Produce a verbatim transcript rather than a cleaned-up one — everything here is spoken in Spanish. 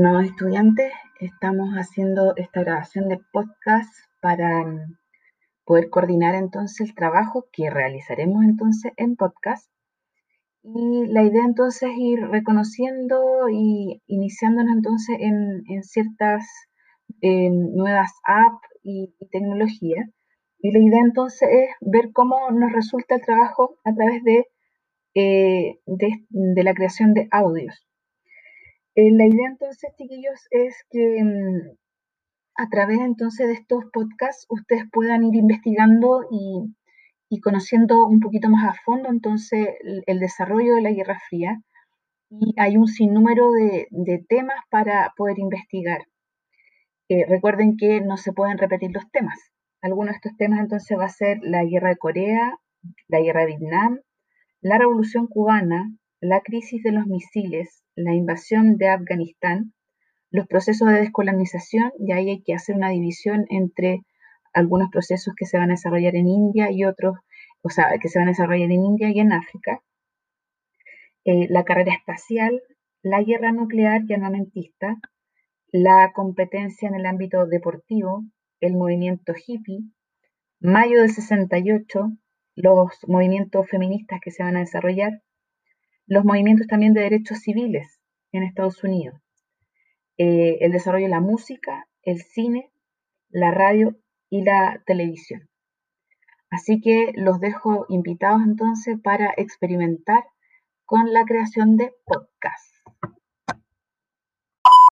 Estimados estudiantes, estamos haciendo esta grabación de podcast para mm, poder coordinar entonces el trabajo que realizaremos entonces en podcast. Y la idea entonces es ir reconociendo y iniciándonos entonces en, en ciertas eh, nuevas apps y, y tecnologías. Y la idea entonces es ver cómo nos resulta el trabajo a través de, eh, de, de la creación de audios. Eh, la idea entonces, chiquillos, es que mm, a través entonces de estos podcasts ustedes puedan ir investigando y, y conociendo un poquito más a fondo entonces el, el desarrollo de la Guerra Fría, y hay un sinnúmero de, de temas para poder investigar. Eh, recuerden que no se pueden repetir los temas. Algunos de estos temas entonces va a ser la Guerra de Corea, la Guerra de Vietnam, la Revolución Cubana, la crisis de los misiles, la invasión de Afganistán, los procesos de descolonización, y ahí hay que hacer una división entre algunos procesos que se van a desarrollar en India y otros, o sea, que se van a desarrollar en India y en África, eh, la carrera espacial, la guerra nuclear y armamentista, la competencia en el ámbito deportivo, el movimiento hippie, mayo del sesenta y ocho, los movimientos feministas que se van a desarrollar, los movimientos también de derechos civiles en Estados Unidos, eh, el desarrollo de la música, el cine, la radio y la televisión. Así que los dejo invitados entonces para experimentar con la creación de podcasts.